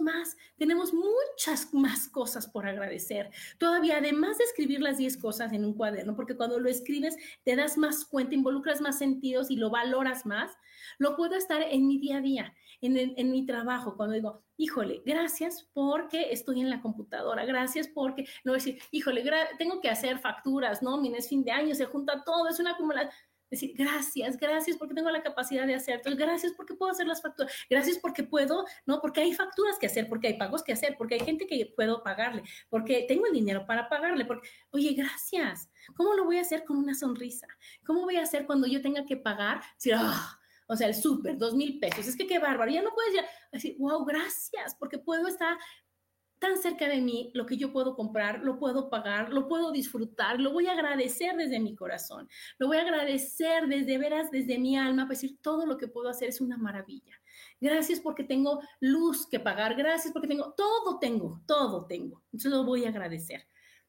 muchas más cosas por agradecer. Todavía, además de escribir las 10 cosas en un cuaderno, porque cuando lo escribes te das más cuenta, involucras más sentidos y lo valoras más, lo puedo estar en mi día a día, en mi trabajo, cuando digo, híjole, gracias porque estoy en la computadora, gracias porque, no decir, híjole, tengo que hacer facturas, ¿no? Es fin de año, se junta todo, es una acumulación. Decir, gracias porque tengo la capacidad de hacer, entonces gracias porque puedo hacer las facturas, gracias porque puedo, ¿no? Porque hay facturas que hacer, porque hay pagos que hacer, porque hay gente que puedo pagarle, porque tengo el dinero para pagarle, porque, oye, gracias. ¿Cómo lo voy a hacer con una sonrisa? ¿Cómo voy a hacer cuando yo tenga que pagar? Decir, o sea, el súper, 2,000 pesos, es que qué bárbaro, ya no puedes decir, wow, gracias, porque puedo estar tan cerca de mí, lo que yo puedo comprar, lo puedo pagar, lo puedo disfrutar, lo voy a agradecer desde mi corazón, lo voy a agradecer desde veras, desde mi alma, para decir, todo lo que puedo hacer es una maravilla. Gracias porque tengo luz que pagar, gracias porque todo tengo, entonces lo voy a agradecer.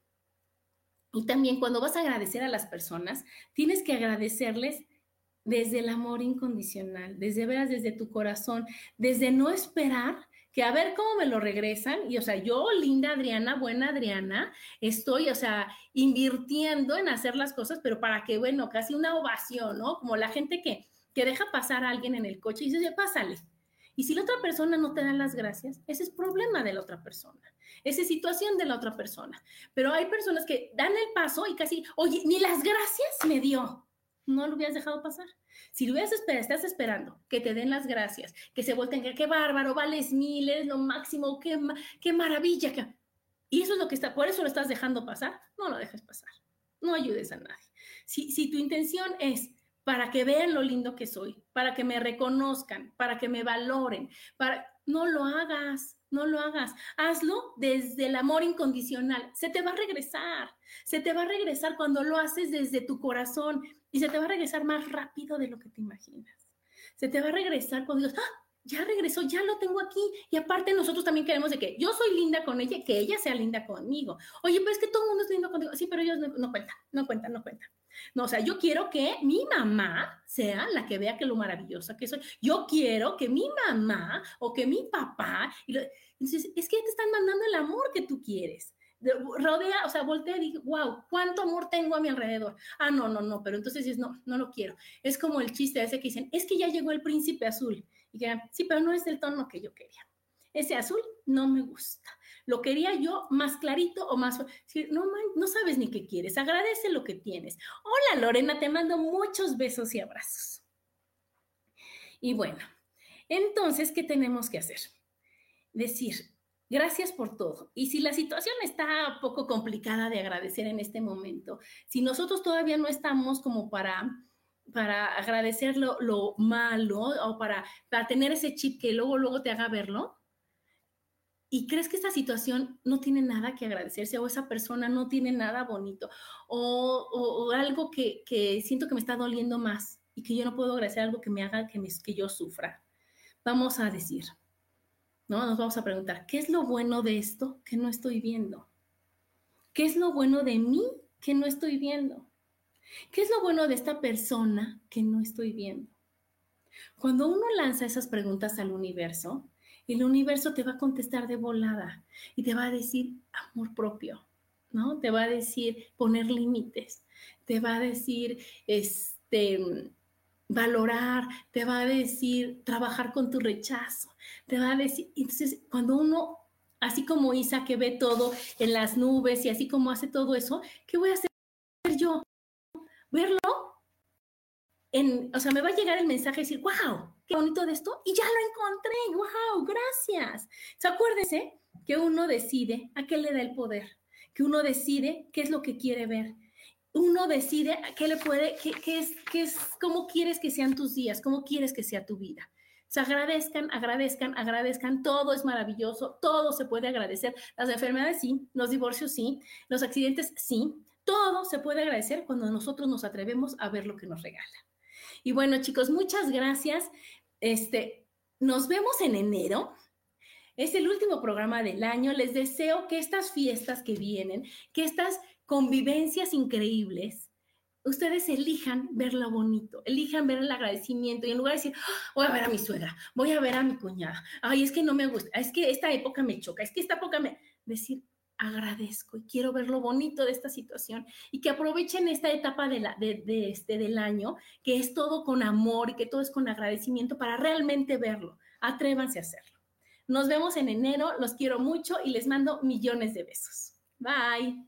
Y también cuando vas a agradecer a las personas, tienes que agradecerles desde el amor incondicional, desde veras, desde tu corazón, desde no esperar que a ver cómo me lo regresan. Y, o sea, yo, linda Adriana, buena Adriana, estoy, o sea, invirtiendo en hacer las cosas, pero para que, bueno, casi una ovación, ¿no? Como la gente que deja pasar a alguien en el coche y dice, pásale. Y si la otra persona no te da las gracias, ese es problema de la otra persona. Esa es situación de la otra persona. Pero hay personas que dan el paso y casi, oye, ni las gracias me dio. No lo hubieras dejado pasar. Si lo hubieras esperado, estás esperando que te den las gracias, que se volteen, qué bárbaro, vales miles, lo máximo, qué maravilla. Y eso es lo que está, por eso lo estás dejando pasar, no lo dejes pasar. No ayudes a nadie. Si tu intención es para que vean lo lindo que soy, para que me reconozcan, para que me valoren, no lo hagas. No lo hagas. Hazlo desde el amor incondicional. Se te va a regresar. Se te va a regresar cuando lo haces desde tu corazón y se te va a regresar más rápido de lo que te imaginas. Se te va a regresar cuando digas, ya regresó, ya lo tengo aquí. Y aparte nosotros también queremos de que yo soy linda con ella, que ella sea linda conmigo. Oye, pero es que todo el mundo es lindo contigo. Sí, pero ellos no cuentan. No, o sea, yo quiero que mi mamá sea la que vea que lo maravillosa que soy. Yo quiero que mi mamá o que mi papá... Entonces, es que te están mandando el amor que tú quieres. Rodea, o sea, voltea y dije, wow, cuánto amor tengo a mi alrededor. No, pero entonces dices, no lo quiero. Es como el chiste ese que dicen, es que ya llegó el príncipe azul. Y que, sí, pero no es del tono que yo quería. Ese azul no me gusta. Lo quería yo más clarito o más... No sabes ni qué quieres. Agradece lo que tienes. Hola, Lorena, te mando muchos besos y abrazos. Y bueno, entonces, ¿qué tenemos que hacer? Decir, gracias por todo. Y si la situación está un poco complicada de agradecer en este momento, si nosotros todavía no estamos como para agradecer lo malo o para tener ese chip que luego te haga verlo, y crees que esta situación no tiene nada que agradecerse o esa persona no tiene nada bonito o algo que siento que me está doliendo más y que yo no puedo agradecer algo que me haga que yo sufra. Vamos a decir, ¿no? Nos vamos a preguntar, ¿qué es lo bueno de esto que no estoy viendo? ¿Qué es lo bueno de mí que no estoy viendo? ¿Qué es lo bueno de esta persona que no estoy viendo? Cuando uno lanza esas preguntas al universo, el universo te va a contestar de volada y te va a decir amor propio, ¿no? Te va a decir poner límites, te va a decir valorar, te va a decir trabajar con tu rechazo, te va a decir, entonces cuando uno, así como Isa que ve todo en las nubes y así como hace todo eso, ¿qué voy a hacer yo? Verlo, o sea, me va a llegar el mensaje y decir, wow, qué bonito de esto, y ya lo encontré, wow, gracias. O sea, acuérdese que uno decide a qué le da el poder, que uno decide qué es lo que quiere ver, uno decide qué le puede, qué es, cómo quieres que sean tus días, cómo quieres que sea tu vida. O sea, agradezcan, agradezcan, agradezcan, todo es maravilloso, todo se puede agradecer. Las enfermedades sí, los divorcios sí, los accidentes sí, todo se puede agradecer cuando nosotros nos atrevemos a ver lo que nos regala. Y bueno, chicos, muchas gracias. Nos vemos en enero. Es el último programa del año. Les deseo que estas fiestas que vienen, que estas convivencias increíbles, ustedes elijan ver lo bonito, elijan ver el agradecimiento y en lugar de decir, voy a ver a mi suegra, voy a ver a mi cuñada, ay, es que no me gusta, es que esta época me choca, es que esta época me... Decir, agradezco y quiero ver lo bonito de esta situación y que aprovechen esta etapa del año, que es todo con amor y que todo es con agradecimiento para realmente verlo. Atrévanse a hacerlo. Nos vemos en enero, los quiero mucho y les mando millones de besos. Bye.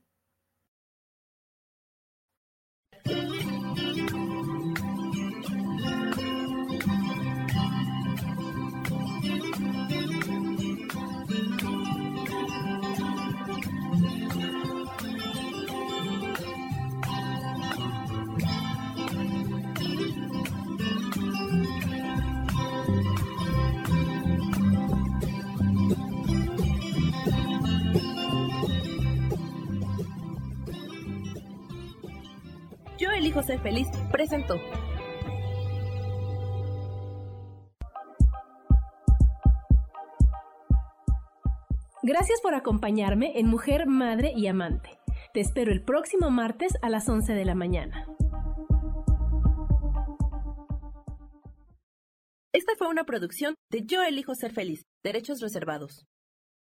Yo elijo ser feliz, presentó. Gracias por acompañarme en Mujer, Madre y Amante. Te espero el próximo martes a las 11 de la mañana. Esta fue una producción de Yo elijo ser feliz, derechos reservados.